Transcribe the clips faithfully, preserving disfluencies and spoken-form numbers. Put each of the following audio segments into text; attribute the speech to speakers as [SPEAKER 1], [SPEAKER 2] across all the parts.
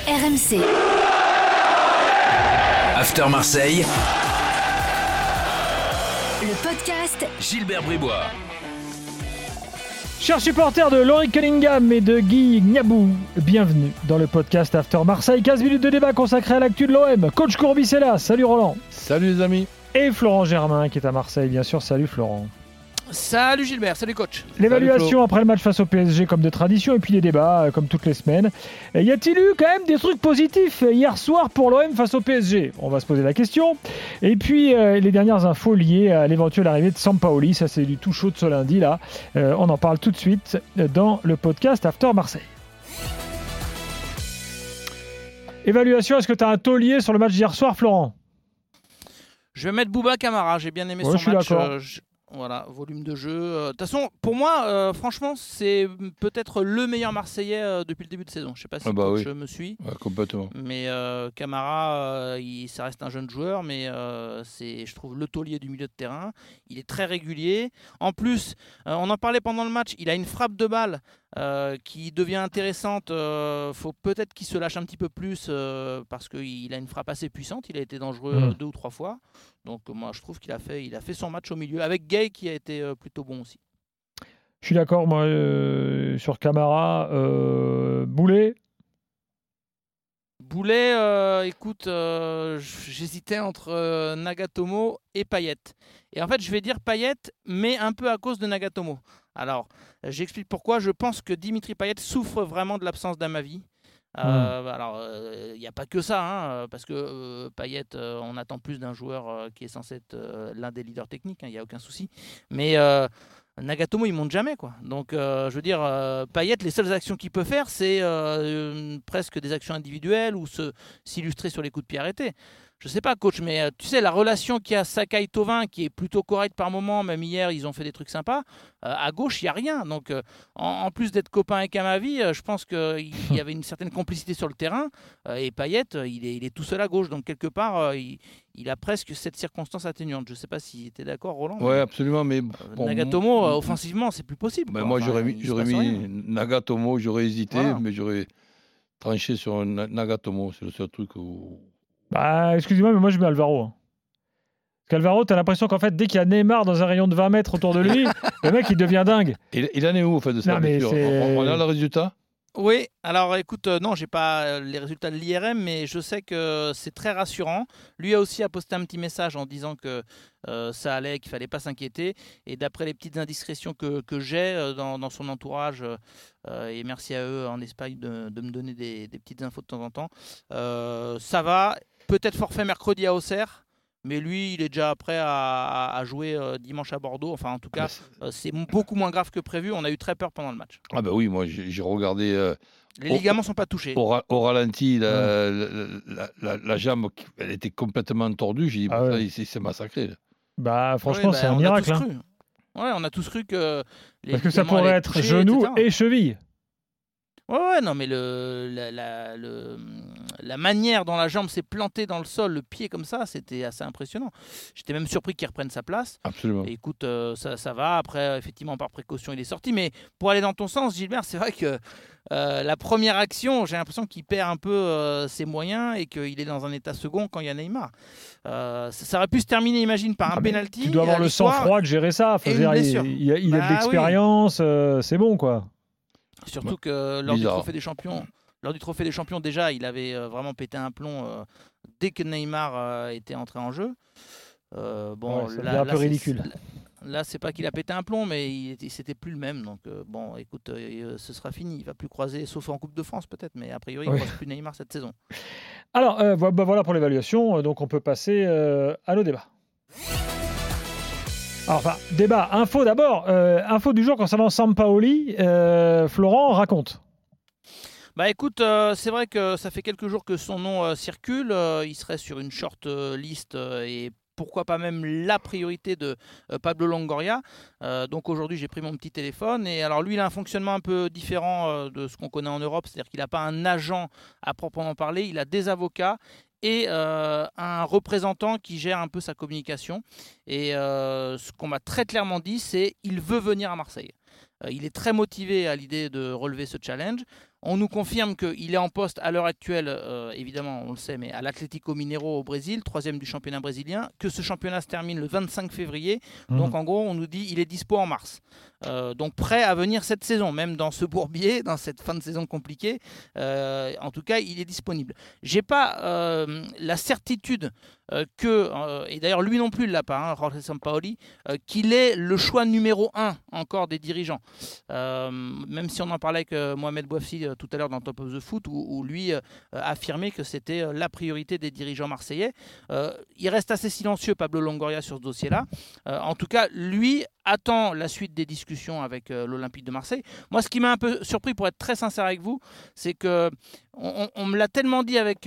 [SPEAKER 1] R M C.
[SPEAKER 2] After Marseille.
[SPEAKER 1] Le podcast
[SPEAKER 2] Gilbert Bribois.
[SPEAKER 3] Chers supporters de Laurie Cunningham et de Guy Gnabou, bienvenue dans le podcast After Marseille. quinze minutes de débat consacré à l'actu de l'O M. Coach Courbis est là. Salut Roland.
[SPEAKER 4] Salut les amis.
[SPEAKER 3] Et Florent Germain qui est à Marseille, bien sûr. Salut Florent.
[SPEAKER 5] Salut Gilbert, salut coach.
[SPEAKER 3] L'évaluation après le match face au P S G comme de tradition et puis les débats comme toutes les semaines. Et y a-t-il eu quand même des trucs positifs hier soir pour l'O M face au P S G? On va se poser la question. Et puis euh, les dernières infos liées à l'éventuelle arrivée de Sampaoli, ça c'est du tout chaud de ce lundi là. Euh, on en parle tout de suite dans le podcast After Marseille. Évaluation, est-ce que tu as un taulier sur le match d'hier soir, Florent?
[SPEAKER 5] Je vais mettre Bouba Camara, j'ai bien aimé
[SPEAKER 3] ouais,
[SPEAKER 5] son
[SPEAKER 3] je suis
[SPEAKER 5] match.
[SPEAKER 3] D'accord.
[SPEAKER 5] Euh, je... Voilà, volume de jeu. De toute façon, pour moi, euh, franchement, c'est peut-être le meilleur Marseillais euh, depuis le début de saison. Je ne sais pas si
[SPEAKER 4] ah bah
[SPEAKER 5] coach
[SPEAKER 4] oui.
[SPEAKER 5] me suis.
[SPEAKER 4] Ouais, complètement.
[SPEAKER 5] Mais euh, Camara, euh, il, ça reste un jeune joueur, mais euh, c'est, je trouve, le taulier du milieu de terrain. Il est très régulier. En plus, euh, on en parlait pendant le match, il a une frappe de balle euh, qui devient intéressante. Il euh, faut peut-être qu'il se lâche un petit peu plus euh, parce qu'il a une frappe assez puissante. Il a été dangereux
[SPEAKER 3] mmh.
[SPEAKER 5] euh, deux ou trois fois. Donc moi, je trouve qu'il a fait, il a fait son match au milieu, avec Gay qui a été euh, plutôt bon aussi.
[SPEAKER 3] Je suis d'accord, moi, euh, sur Camara. Euh, Boulet
[SPEAKER 5] Boulet, euh, écoute, euh, j'hésitais entre euh, Nagatomo et Payet. Et en fait, je vais dire Payet, mais un peu à cause de Nagatomo. Alors, j'explique pourquoi. Je pense que Dimitri Payet souffre vraiment de l'absence d'Amavi. Euh, mmh. Alors, il euh, n'y a pas que ça, hein, parce que euh, Payet, euh, on attend plus d'un joueur euh, qui est censé être euh, l'un des leaders techniques, il hein, n'y a aucun souci. Mais euh, Nagatomo, il monte jamais, quoi. Donc, euh, je veux dire, euh, Payet, les seules actions qu'il peut faire, c'est euh, presque des actions individuelles ou se, s'illustrer sur les coups de pied arrêtés. Je sais pas, coach, mais euh, tu sais, la relation qu'il y a Sakai-Thauvin, qui est plutôt correcte par moment, même hier, ils ont fait des trucs sympas. Euh, à gauche, il n'y a rien. Donc, euh, en, en plus d'être copain avec Amavi, euh, je pense qu'il y avait une certaine complicité sur le terrain. Euh, et Payet, il est, il est tout seul à gauche. Donc, quelque part, euh, il, il a presque cette circonstance atténuante. Je ne sais pas si tu es d'accord, Roland.
[SPEAKER 4] Oui, absolument. Mais
[SPEAKER 5] bon, Nagatomo, euh, offensivement, c'est plus possible.
[SPEAKER 4] Ben moi, enfin, j'aurais mis, j'aurais mis Nagatomo, j'aurais hésité, voilà. Mais j'aurais tranché sur Nagatomo. C'est le seul truc où...
[SPEAKER 3] Bah, excusez-moi, mais moi je mets Alvaro. Parce qu'Alvaro, t'as l'impression qu'en fait, dès qu'il y a Neymar dans un rayon de vingt mètres autour de lui, le mec il devient dingue.
[SPEAKER 4] Il, il en est où en fait de ça? On, on a le résultat?
[SPEAKER 5] Oui, alors écoute, euh, non, j'ai pas euh, les résultats de l'I R M, mais je sais que c'est très rassurant. Lui a aussi a posté un petit message en disant que euh, ça allait, qu'il fallait pas s'inquiéter. Et d'après les petites indiscrétions que, que j'ai euh, dans, dans son entourage, euh, et merci à eux en Espagne de, de me donner des, des petites infos de temps en temps, euh, ça va. Peut-être forfait mercredi à Auxerre. Mais lui, il est déjà prêt à, à jouer euh, dimanche à Bordeaux. Enfin, en tout cas, euh, c'est beaucoup moins grave que prévu. On a eu très peur pendant le match.
[SPEAKER 4] Ah bah oui, moi j'ai, j'ai regardé... Euh,
[SPEAKER 5] Les au, ligaments ne sont pas touchés.
[SPEAKER 4] Au, au ralenti, la, mmh. la, la, la jambe, elle était complètement tordue. J'ai dit, ah bah, ouais. ça, il s'est massacré. Là.
[SPEAKER 3] Bah franchement,
[SPEAKER 5] ouais, bah,
[SPEAKER 3] c'est un miracle.
[SPEAKER 5] A
[SPEAKER 3] hein.
[SPEAKER 5] Ouais, on a tous cru que... Les
[SPEAKER 3] Parce que ça pourrait être touchés, genou et, cetera et cheville.
[SPEAKER 5] Ouais, ouais, non, mais le, la, la, le, la manière dont la jambe s'est plantée dans le sol, le pied comme ça, c'était assez impressionnant. J'étais même surpris qu'il reprenne sa place.
[SPEAKER 4] Absolument.
[SPEAKER 5] Et écoute, euh, ça, ça va. Après, effectivement, par précaution, il est sorti. Mais pour aller dans ton sens, Gilbert, c'est vrai que euh, la première action, j'ai l'impression qu'il perd un peu euh, ses moyens et qu'il est dans un état second quand il y a Neymar. Euh, ça, ça aurait pu se terminer, imagine, par un ah pénalty.
[SPEAKER 3] Tu dois avoir le sang-froid de gérer ça. Faut dire, il, il, il bah, a de l'expérience, oui. euh, c'est bon, quoi.
[SPEAKER 5] Surtout que lors du, trophée des champions, lors du Trophée des Champions, déjà, il avait euh, vraiment pété un plomb euh, dès que Neymar euh, était entré en jeu.
[SPEAKER 3] Euh, bon, ouais, là, un peu ridicule.
[SPEAKER 5] C'est, là, c'est pas qu'il a pété un plomb, mais il, il c'était plus le même. Donc, euh, bon, écoute, euh, ce sera fini. Il va plus croiser, sauf en Coupe de France peut-être, mais a priori, oui. Il ne croise plus Neymar cette saison.
[SPEAKER 3] Alors, euh, voilà pour l'évaluation. Donc, on peut passer euh, à nos débats. Alors, enfin, débat, info d'abord. Euh, info du jour concernant Sampaoli. Euh, Florent, raconte.
[SPEAKER 5] Bah écoute, euh, c'est vrai que ça fait quelques jours que son nom euh, circule. Euh, il serait sur une short euh, list euh, et pourquoi pas même la priorité de euh, Pablo Longoria. Euh, donc aujourd'hui, j'ai pris mon petit téléphone. Et alors lui, il a un fonctionnement un peu différent euh, de ce qu'on connaît en Europe. C'est-à-dire qu'il n'a pas un agent à proprement parler. Il a des avocats et euh, un représentant qui gère un peu sa communication. Et euh, ce qu'on m'a très clairement dit, c'est qu'il veut venir à Marseille. Euh, il est très motivé à l'idée de relever ce challenge. On nous confirme qu'il est en poste à l'heure actuelle, euh, évidemment, on le sait, mais à l'Atlético Mineiro au Brésil, troisième du championnat brésilien, que ce championnat se termine le vingt-cinq février. Mmh. Donc, en gros, on nous dit qu'il est dispo en mars. Euh, donc, prêt à venir cette saison, même dans ce bourbier, dans cette fin de saison compliquée. Euh, en tout cas, il est disponible. Je n'ai pas euh, la certitude euh, que, euh, et d'ailleurs lui non plus ne l'a pas, hein, Jorge Sampaoli, euh, qu'il est le choix numéro un encore des dirigeants. Euh, même si on en parlait avec euh, Mohamed Bouafsi euh, tout à l'heure dans Top of the Foot, où, où lui euh, affirmait que c'était euh, la priorité des dirigeants marseillais. Euh, il reste assez silencieux, Pablo Longoria, sur ce dossier-là. Euh, en tout cas, lui attend la suite des discussions avec euh, l'Olympique de Marseille. Moi, ce qui m'a un peu surpris, pour être très sincère avec vous, c'est que on, on me l'a tellement dit avec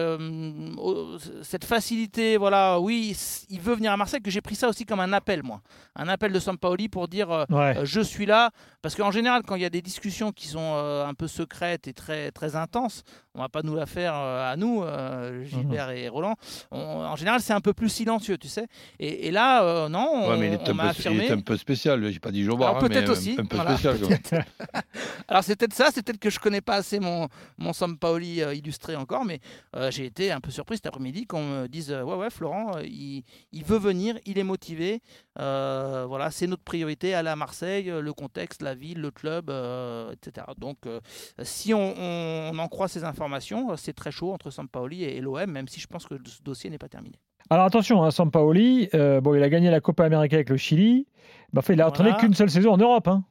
[SPEAKER 5] euh, cette facilité, voilà, oui, il veut venir à Marseille, que j'ai pris ça aussi comme un appel, moi. Un appel de Sampaoli pour dire euh, ouais. euh, je suis là. Parce qu'en général, quand il y a des discussions qui sont euh, un peu secrètes et très, très intenses, on ne va pas nous la faire euh, à nous, euh, Gilbert mmh. et Roland. On, en général, c'est un peu plus silencieux, tu sais. Et, et là, euh, non, on,
[SPEAKER 4] ouais, mais il est
[SPEAKER 5] on m'a
[SPEAKER 4] peu,
[SPEAKER 5] affirmé...
[SPEAKER 4] Il est un peu spécial, je n'ai pas dit Jobard,
[SPEAKER 5] Alors, peut-être
[SPEAKER 4] mais
[SPEAKER 5] aussi,
[SPEAKER 4] un peu
[SPEAKER 5] voilà,
[SPEAKER 4] spécial.
[SPEAKER 5] Peut-être. Alors c'est peut-être ça, c'est peut-être que je ne connais pas assez mon, mon Sampaoli euh, illustré encore, mais euh, j'ai été un peu surpris cet après-midi qu'on me dise euh, ouais, ouais, Florent, euh, il, il veut venir, il est motivé, euh, voilà, c'est notre priorité, aller à Marseille, le contexte, la ville, le club, euh, et cetera. Donc euh, si on, on, on en croit ces informations, c'est très chaud entre Sampaoli et, et l'O M, même si je pense que ce dossier n'est pas terminé.
[SPEAKER 3] Alors attention, hein, Sampaoli, euh, bon, il a gagné la Copa América avec le Chili, bah, fait, il a voilà. entraîné qu'une seule saison en Europe. Hein.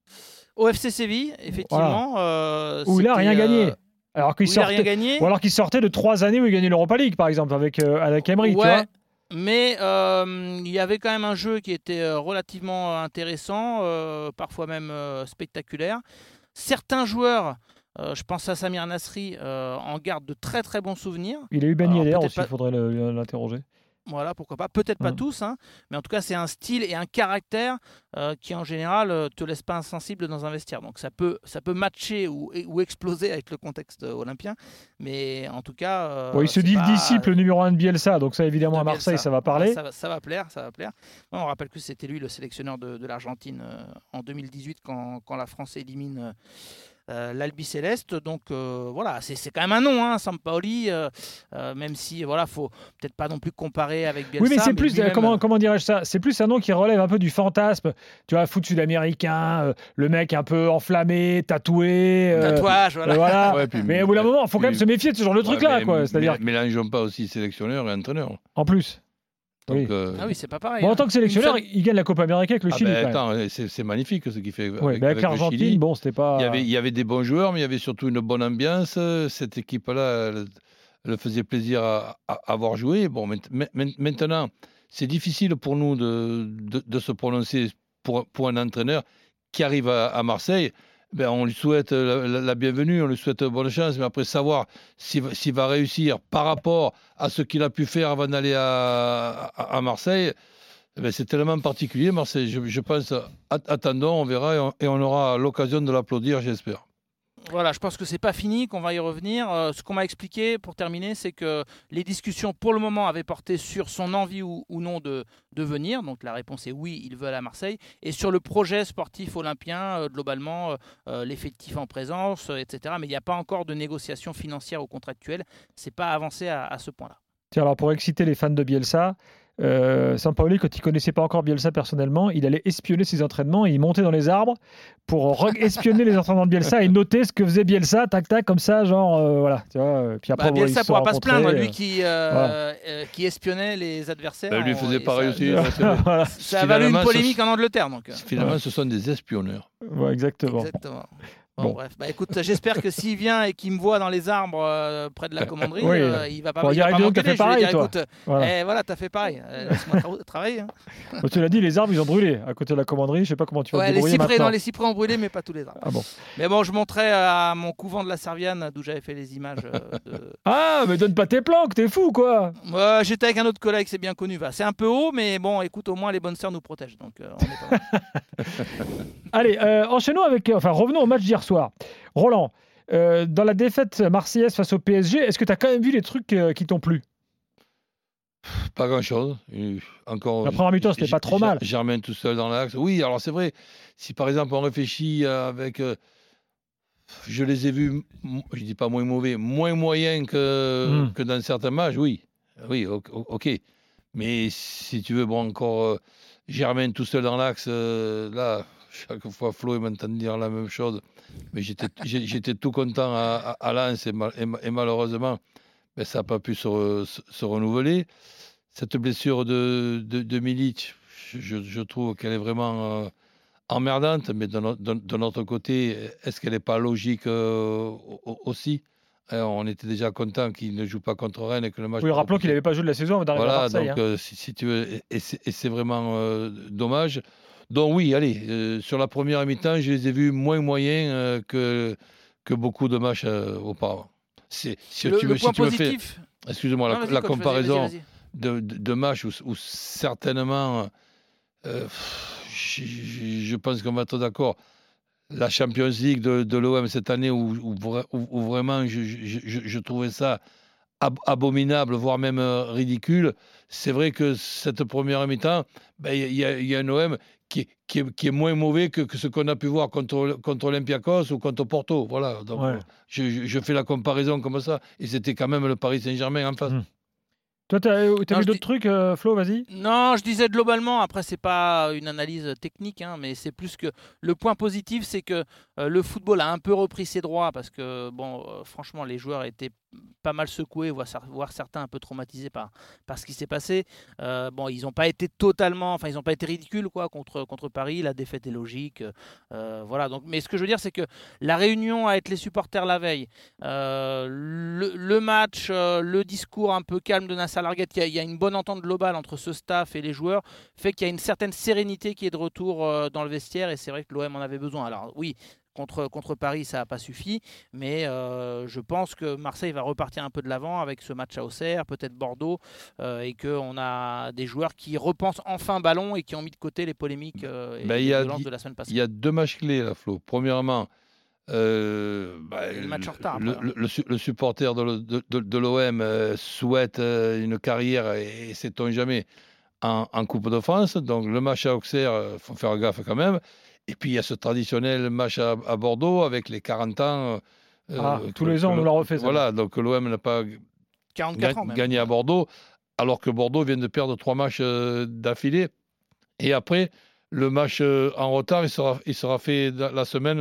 [SPEAKER 5] Au F C Séville, effectivement.
[SPEAKER 3] Voilà.
[SPEAKER 5] Euh,
[SPEAKER 3] où il n'a rien gagné. Alors qu'il sortait,
[SPEAKER 5] rien gagné.
[SPEAKER 3] Ou alors qu'il sortait de trois années où il gagnait l'Europa League, par exemple, avec, euh, avec Emery.
[SPEAKER 5] Ouais,
[SPEAKER 3] tu vois
[SPEAKER 5] mais euh, il y avait quand même un jeu qui était relativement intéressant, euh, parfois même euh, spectaculaire. Certains joueurs, euh, je pense à Samir Nasri, euh, en gardent de très très bons souvenirs.
[SPEAKER 3] Il a eu Ben Yedder aussi, il pas... faudrait le, l'interroger.
[SPEAKER 5] Voilà, pourquoi pas. Peut-être pas
[SPEAKER 3] mmh.
[SPEAKER 5] tous, hein, mais en tout cas, c'est un style et un caractère euh, qui, en général, ne te laisse pas insensible dans un vestiaire. Donc, ça peut, ça peut matcher ou, ou exploser avec le contexte euh, olympien. Mais en tout cas... Euh,
[SPEAKER 3] bon, il se dit pas... le disciple numéro un de Bielsa. Donc, ça, évidemment, à Marseille,
[SPEAKER 5] Bielsa.
[SPEAKER 3] ça va parler.
[SPEAKER 5] Ça va, ça va plaire, ça va plaire. Bon, on rappelle que c'était lui le sélectionneur de, de l'Argentine euh, en deux mille dix-huit quand, quand la France élimine... Euh, Euh, l'Albi Céleste, donc euh, voilà, c'est, c'est quand même un nom, hein, Sampaoli, euh, euh, même si voilà, faut peut-être pas non plus comparer avec Bielsa.
[SPEAKER 3] Oui, mais c'est mais plus,
[SPEAKER 5] lui-même...
[SPEAKER 3] comment, comment dirais-je ça, c'est plus un nom qui relève un peu du fantasme, tu vois, foot sud-américain, euh, le mec un peu enflammé, tatoué.
[SPEAKER 5] Euh, Tatouage, voilà.
[SPEAKER 3] Euh, voilà.
[SPEAKER 4] Ouais, puis,
[SPEAKER 3] mais au bout d'un moment, il faut quand même se méfier de ce genre de
[SPEAKER 4] ouais,
[SPEAKER 3] truc-là,
[SPEAKER 4] mais,
[SPEAKER 3] quoi. C'est-à-dire...
[SPEAKER 4] Mais, mélangeons pas aussi sélectionneur et entraîneur.
[SPEAKER 3] En plus.
[SPEAKER 5] Donc,
[SPEAKER 3] oui.
[SPEAKER 5] Euh... Ah oui, c'est pas pareil.
[SPEAKER 3] Bon,
[SPEAKER 5] hein.
[SPEAKER 3] en tant que sélectionneur,
[SPEAKER 5] seule...
[SPEAKER 3] il gagne la Copa América avec le
[SPEAKER 4] ah
[SPEAKER 3] Chili.
[SPEAKER 4] Ben,
[SPEAKER 3] quand
[SPEAKER 4] attends,
[SPEAKER 3] même.
[SPEAKER 4] c'est, c'est magnifique ce qu'il fait.
[SPEAKER 3] Ouais,
[SPEAKER 4] avec,
[SPEAKER 3] ben avec,
[SPEAKER 4] avec
[SPEAKER 3] l'Argentine,
[SPEAKER 4] le Chili.
[SPEAKER 3] bon, c'était pas.
[SPEAKER 4] Il y, avait, il y avait des bons joueurs, mais il y avait surtout une bonne ambiance. Cette équipe-là, elle, elle faisait plaisir à, à, à avoir joué. Bon, maintenant, c'est difficile pour nous de, de, de se prononcer pour, pour un entraîneur qui arrive à, à Marseille. Ben, on lui souhaite la, la, la bienvenue, on lui souhaite bonne chance, mais après savoir s'il, s'il va réussir par rapport à ce qu'il a pu faire avant d'aller à, à, à Marseille, ben, c'est tellement particulier, Marseille. Je, je pense, attendons, on verra et on, et on aura l'occasion de l'applaudir, j'espère.
[SPEAKER 5] Voilà, je pense que c'est pas fini, qu'on va y revenir. Euh, ce qu'on m'a expliqué, pour terminer, c'est que les discussions, pour le moment, avaient porté sur son envie ou, ou non de, de venir. Donc la réponse est oui, il veut aller à Marseille. Et sur le projet sportif olympien, euh, globalement, euh, l'effectif en présence, euh, et cetera. Mais il n'y a pas encore de négociation financière ou contractuelle. C'est pas avancé à, à ce point-là.
[SPEAKER 3] Tiens, alors pour exciter les fans de Bielsa, Euh, Sampaoli, quand il connaissait pas encore Bielsa personnellement, il allait espionner ses entraînements et il montait dans les arbres pour espionner les entraînements de Bielsa et noter ce que faisait Bielsa, tac tac, comme ça, genre euh, voilà, tu vois. Puis après,
[SPEAKER 5] bah, Bielsa pourra pas se plaindre, lui
[SPEAKER 3] euh...
[SPEAKER 5] qui euh, voilà. euh, qui espionnait les adversaires.
[SPEAKER 4] Bah, lui
[SPEAKER 5] en,
[SPEAKER 4] faisait pareil
[SPEAKER 5] ça,
[SPEAKER 4] aussi.
[SPEAKER 5] voilà. Ça a valu une polémique ce... en Angleterre, donc.
[SPEAKER 4] Finalement,
[SPEAKER 3] ouais.
[SPEAKER 4] ce sont des espionneurs.
[SPEAKER 3] Ouais, exactement.
[SPEAKER 5] Exactement. Bon, bon. Bref, bah écoute, j'espère que s'il vient et qu'il me voit dans les arbres euh, près de la commanderie,
[SPEAKER 3] oui.
[SPEAKER 5] euh, il va pas,
[SPEAKER 3] bon,
[SPEAKER 5] il va pas m'engueuler. Je vais dire,
[SPEAKER 3] toi.
[SPEAKER 5] écoute,
[SPEAKER 3] voilà,
[SPEAKER 5] eh, voilà t'as fait pareil, euh, laisse-moi tra- travailler. Hein.
[SPEAKER 3] Bon, tu l'as dit, les arbres, ils ont brûlé à côté de la commanderie, je sais pas comment tu vas
[SPEAKER 5] ouais,
[SPEAKER 3] te débrouiller
[SPEAKER 5] les cyprès,
[SPEAKER 3] maintenant.
[SPEAKER 5] non, les cyprès ont brûlé, mais pas tous les arbres.
[SPEAKER 3] Ah bon.
[SPEAKER 5] Mais bon, je montrais à mon couvent de la Serviane, d'où j'avais fait les images. Euh, de...
[SPEAKER 3] Ah, mais donne pas tes planques, t'es fou, quoi.
[SPEAKER 5] Ouais, j'étais avec un autre collègue, c'est bien connu. Va. C'est un peu haut, mais bon, écoute, au moins les bonnes sœurs nous protègent, donc euh, on est pas mal.
[SPEAKER 3] Allez, euh, enchaînons avec, enfin, revenons au match d'hier soir. Roland, euh, dans la défaite marseillaise face au P S G, est-ce que tu as quand même vu les trucs euh, qui t'ont plu ?
[SPEAKER 4] Pas grand-chose. Encore,
[SPEAKER 3] la première mi-temps, c'était pas trop mal.
[SPEAKER 4] Germain tout seul dans l'axe. Oui, alors c'est vrai, si par exemple on réfléchit avec... Euh, je les ai vus, je dis pas moins mauvais, moins moyens que, mmh. que dans certains matchs, oui. Oui, ok. Mais si tu veux, bon, encore euh, Germain tout seul dans l'axe, euh, là, chaque fois Flo m'entend dire la même chose. Mais j'étais, j'étais tout content à, à, à Lens et, mal, et, et malheureusement, ben, ça n'a pas pu se, se, se renouveler. Cette blessure de, de, de Milic, je, je trouve qu'elle est vraiment euh, emmerdante, mais de, no, de, de notre côté, est-ce qu'elle n'est pas logique euh, aussi? Alors, on était déjà content qu'il ne joue pas contre Rennes et que le match.
[SPEAKER 3] Oui, rappelons qu'il n'avait pas joué de la saison d'arriver
[SPEAKER 4] voilà,
[SPEAKER 3] à Marseille.
[SPEAKER 4] Donc,
[SPEAKER 3] hein.
[SPEAKER 4] euh, si, si tu veux, et, et, c'est, et c'est vraiment euh, dommage. Donc oui, allez, euh, sur la première mi-temps, je les ai vus moins moyens euh, que, que beaucoup de matchs euh, auparavant.
[SPEAKER 5] C'est, si le, tu, le si point tu positif.
[SPEAKER 4] Me fais, excuse-moi, non, la, la comparaison vas-y, vas-y. De, de, de matchs où, où certainement, euh, je, je pense qu'on va être d'accord. La Champions League de, de l'O M cette année où, où, où, où vraiment je, je, je, je trouvais ça ab- abominable, voire même euh, ridicule. C'est vrai que cette première mi-temps, ben, y, a, y a un O M qui, qui, est, qui est moins mauvais que, que ce qu'on a pu voir contre, contre Olympiakos ou contre Porto. Voilà. Donc, ouais. je, je fais la comparaison comme ça. Et c'était quand même le Paris Saint-Germain en face. Mmh.
[SPEAKER 3] Toi, tu as vu d'autres dis... trucs, euh, Flo, vas-y.
[SPEAKER 5] Non, je disais globalement, après, c'est pas une analyse technique, hein, mais c'est plus que le point positif, c'est que euh, le football a un peu repris ses droits parce que, bon, euh, franchement, les joueurs étaient pas mal secoués, voire, voire certains un peu traumatisés par, par ce qui s'est passé. Euh, bon, ils n'ont pas été totalement, enfin, ils n'ont pas été ridicules, quoi, contre, contre Paris. La défaite est logique. Euh, voilà. Donc, mais ce que je veux dire, c'est que la réunion avec les supporters la veille, euh, le, le match, euh, le discours un peu calme de Nasser Larguette, il y, y a une bonne entente globale entre ce staff et les joueurs, fait qu'il y a une certaine sérénité qui est de retour euh, dans le vestiaire, et c'est vrai que l'O M en avait besoin. Alors oui, contre, contre Paris, ça n'a pas suffi, mais euh, je pense que Marseille va repartir un peu de l'avant avec ce match à Auxerre, peut-être Bordeaux, euh, et qu'on a des joueurs qui repensent enfin ballon et qui ont mis de côté les polémiques euh, et ben, les violences de la semaine passée.
[SPEAKER 4] Il y a deux matchs clés là, Flo. Premièrement, Euh, bah,
[SPEAKER 5] le, match en retard,
[SPEAKER 4] le, le, le, le supporter de, de, de, de l'O M euh, souhaite euh, une carrière, et, et sait-on jamais, en, en Coupe de France. Donc le match à Auxerre, il euh, faut faire gaffe quand même. Et puis il y a ce traditionnel match à, à Bordeaux avec les quarante ans.
[SPEAKER 3] Euh, ah, tous les ans, on nous l'a refait.
[SPEAKER 4] Voilà, donc l'O M n'a pas
[SPEAKER 5] quarante-quatre ans,
[SPEAKER 4] gagné à Bordeaux, alors que Bordeaux vient de perdre trois matchs euh, d'affilée. Et après, le match euh, en retard, il sera, il sera fait la semaine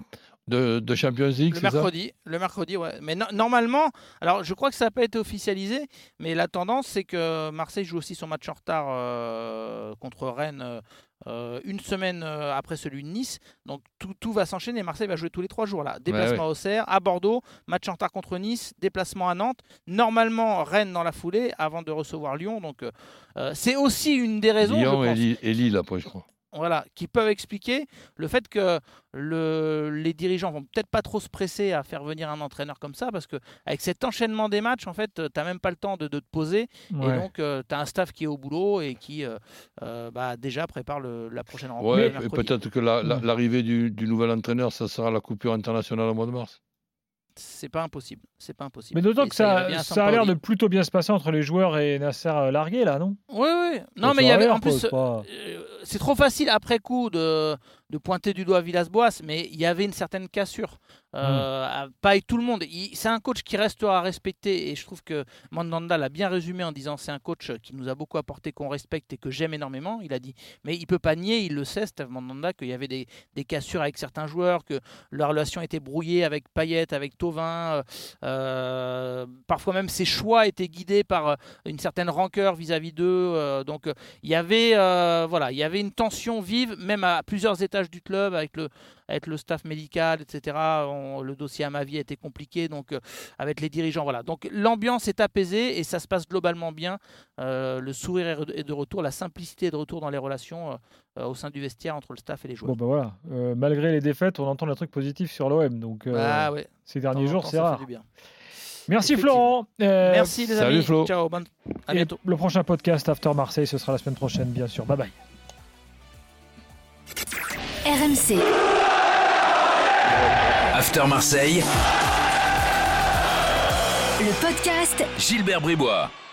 [SPEAKER 4] De, de Champions League,
[SPEAKER 5] le
[SPEAKER 4] c'est
[SPEAKER 5] mercredi,
[SPEAKER 4] ça
[SPEAKER 5] le mercredi, ouais. Mais no- normalement, alors je crois que ça n'a pas été officialisé, mais la tendance c'est que Marseille joue aussi son match en retard euh, contre Rennes euh, une semaine euh, après celui de Nice. Donc tout, tout va s'enchaîner. Marseille va jouer tous les trois jours là. Déplacement ouais, ouais. à Auxerre, à Bordeaux, match en retard contre Nice, déplacement à Nantes. Normalement Rennes dans la foulée avant de recevoir Lyon. Donc euh, c'est aussi une des raisons.
[SPEAKER 4] Lyon
[SPEAKER 5] je pense,
[SPEAKER 4] et Lille après, je crois.
[SPEAKER 5] Voilà, qui peuvent expliquer le fait que le, les dirigeants vont peut-être pas trop se presser à faire venir un entraîneur comme ça, parce que avec cet enchaînement des matchs, en fait, tu n'as même pas le temps de, de te poser, ouais. Et donc euh, tu as un staff qui est au boulot et qui euh, euh, bah, déjà prépare le, la prochaine rencontre.
[SPEAKER 4] Ouais, et peut-être que la, la, l'arrivée du, du nouvel entraîneur, ça sera la coupure internationale au mois de mars.
[SPEAKER 5] C'est pas impossible, c'est pas impossible.
[SPEAKER 3] Mais d'autant et que ça, ça, ça a l'air de plutôt bien se passer entre les joueurs et Nasser Largué là, non ?
[SPEAKER 5] Oui, oui. Non, donc mais il y avait en plus, euh, c'est trop facile après coup de de pointer du doigt Villas-Boas, mais il y avait une certaine cassure. Euh, mmh. Pas avec tout le monde. Il, c'est un coach qui restera à respecter, et je trouve que Mandanda l'a bien résumé en disant c'est un coach qui nous a beaucoup apporté, qu'on respecte et que j'aime énormément. Il a dit, mais il peut pas nier, il le sait, Steve Mandanda, qu'il y avait des, des cassures avec certains joueurs, que leur relation était brouillée avec Payet, avec Thauvin. Euh, parfois même ses choix étaient guidés par une certaine rancœur vis-à-vis d'eux. Euh, donc il y avait, euh, voilà, il y avait une tension vive, même à plusieurs étages du club, avec le, avec le staff médical, et cetera. On, le dossier à ma vie a été compliqué, donc euh, avec les dirigeants, voilà. Donc l'ambiance est apaisée et ça se passe globalement bien. Euh, le sourire est de retour, la simplicité est de retour dans les relations euh, au sein du vestiaire entre le staff et les joueurs.
[SPEAKER 3] Bon ben voilà, euh, malgré les défaites, on entend le truc positif sur l'O M, donc euh,
[SPEAKER 5] ah, ouais.
[SPEAKER 3] ces derniers jours, c'est rare.
[SPEAKER 5] Bien.
[SPEAKER 3] Merci Florent.
[SPEAKER 5] Euh, Merci les
[SPEAKER 4] salut
[SPEAKER 5] amis.
[SPEAKER 4] Flo.
[SPEAKER 5] Ciao, bonne... à bientôt.
[SPEAKER 3] Le prochain podcast After Marseille, ce sera la semaine prochaine, bien sûr. Bye bye.
[SPEAKER 1] R M C.
[SPEAKER 2] After Marseille.
[SPEAKER 1] Le podcast
[SPEAKER 2] Gilbert Bribois.